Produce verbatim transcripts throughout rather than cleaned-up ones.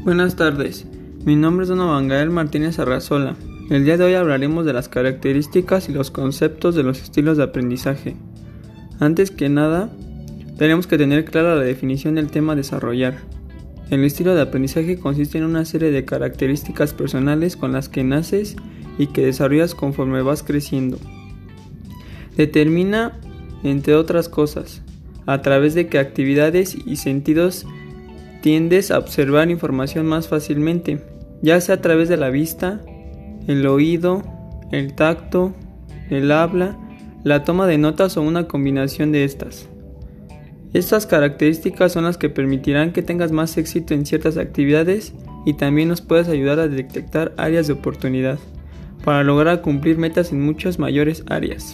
Buenas tardes, mi nombre es Donovan Gael Martínez Arrazola. El día de hoy hablaremos de las características y los conceptos de los estilos de aprendizaje. Antes que nada, tenemos que tener clara la definición del tema a desarrollar. El estilo de aprendizaje consiste en una serie de características personales con las que naces y que desarrollas conforme vas creciendo. Determina, entre otras cosas, a través de qué actividades y sentidos tiendes a observar información más fácilmente, ya sea a través de la vista, el oído, el tacto, el habla, la toma de notas o una combinación de estas. Estas características son las que permitirán que tengas más éxito en ciertas actividades y también nos puedes ayudar a detectar áreas de oportunidad para lograr cumplir metas en muchas mayores áreas.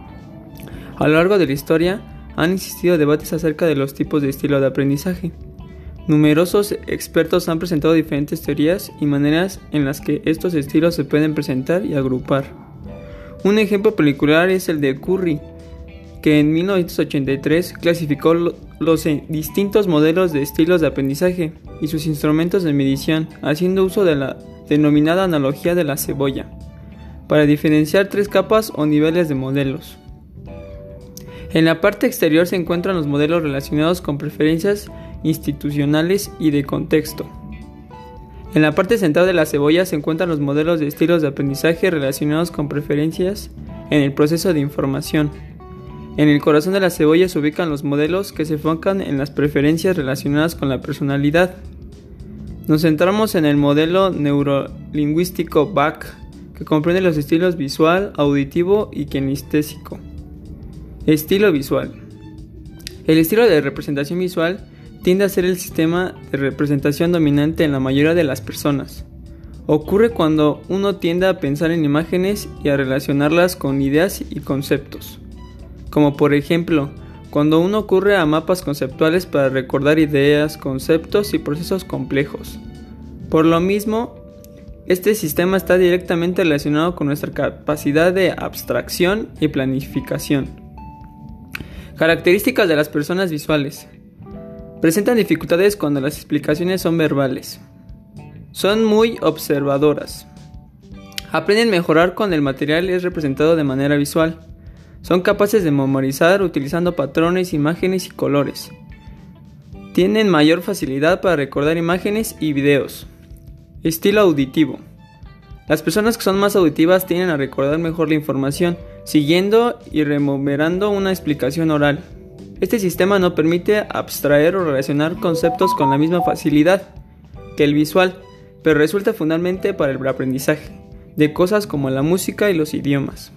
A lo largo de la historia han existido debates acerca de los tipos de estilo de aprendizaje. Numerosos expertos han presentado diferentes teorías y maneras en las que estos estilos se pueden presentar y agrupar. Un ejemplo particular es el de Curry, que en mil novecientos ochenta y tres clasificó los distintos modelos de estilos de aprendizaje y sus instrumentos de medición, haciendo uso de la denominada analogía de la cebolla, para diferenciar tres capas o niveles de modelos. En la parte exterior se encuentran los modelos relacionados con preferencias institucionales y de contexto. En la parte central de la cebolla se encuentran los modelos de estilos de aprendizaje relacionados con preferencias en el proceso de información. En el corazón de la cebolla se ubican los modelos que se enfocan en las preferencias relacionadas con la personalidad. Nos centramos en el modelo neurolingüístico B A C, que comprende los estilos visual, auditivo y kinestésico. Estilo visual. El estilo de representación visual tiende a ser el sistema de representación dominante en la mayoría de las personas. Ocurre cuando uno tiende a pensar en imágenes y a relacionarlas con ideas y conceptos. Como por ejemplo, cuando uno ocurre a mapas conceptuales para recordar ideas, conceptos y procesos complejos. Por lo mismo, este sistema está directamente relacionado con nuestra capacidad de abstracción y planificación. Características de las personas visuales. Presentan dificultades cuando las explicaciones son verbales. Son muy observadoras. Aprenden a mejorar cuando el material es representado de manera visual. Son capaces de memorizar utilizando patrones, imágenes y colores. Tienen mayor facilidad para recordar imágenes y videos. Estilo auditivo. Las personas que son más auditivas tienden a recordar mejor la información, siguiendo y rememorizando una explicación oral. Este sistema no permite abstraer o relacionar conceptos con la misma facilidad que el visual, pero resulta fundamental para el aprendizaje de cosas como la música y los idiomas.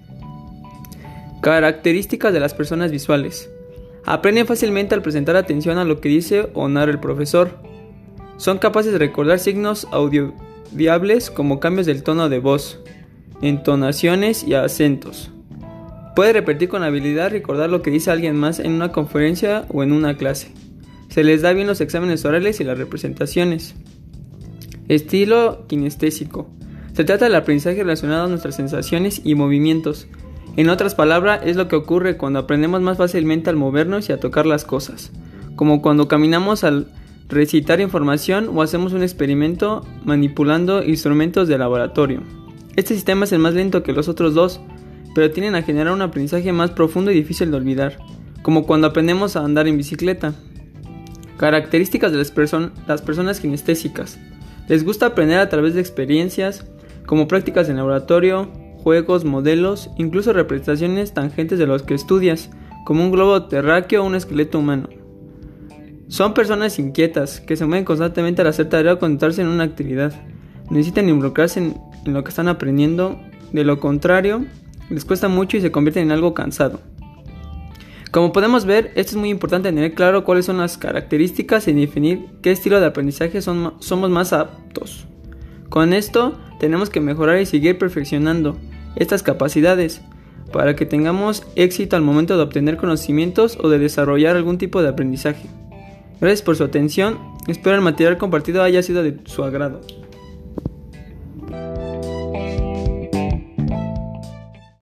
Características de las personas visuales. Aprenden fácilmente al presentar atención a lo que dice o narra el profesor. Son capaces de recordar signos audiables como cambios del tono de voz, entonaciones y acentos. Puede repetir con habilidad recordar lo que dice alguien más en una conferencia o en una clase. Se les da bien los exámenes orales y las representaciones. Estilo kinestésico. Se trata del aprendizaje relacionado a nuestras sensaciones y movimientos. En otras palabras, es lo que ocurre cuando aprendemos más fácilmente al movernos y a tocar las cosas, como cuando caminamos al recitar información o hacemos un experimento manipulando instrumentos de laboratorio. Este sistema es el más lento que los otros dos, pero tienden a generar un aprendizaje más profundo y difícil de olvidar, como cuando aprendemos a andar en bicicleta. Características de las, perso- las personas kinestésicas. Les gusta aprender a través de experiencias, como prácticas en laboratorio, juegos, modelos, incluso representaciones tangentes de los que estudias, como un globo terráqueo o un esqueleto humano. Son personas inquietas, que se mueven constantemente al hacer tarea o concentrarse en una actividad. Necesitan involucrarse en, en lo que están aprendiendo, de lo contrario, les cuesta mucho y se convierten en algo cansado. Como podemos ver, esto es muy importante tener claro cuáles son las características y definir qué estilo de aprendizaje son, somos más aptos. Con esto, tenemos que mejorar y seguir perfeccionando estas capacidades para que tengamos éxito al momento de obtener conocimientos o de desarrollar algún tipo de aprendizaje. Gracias por su atención, espero el material compartido haya sido de su agrado.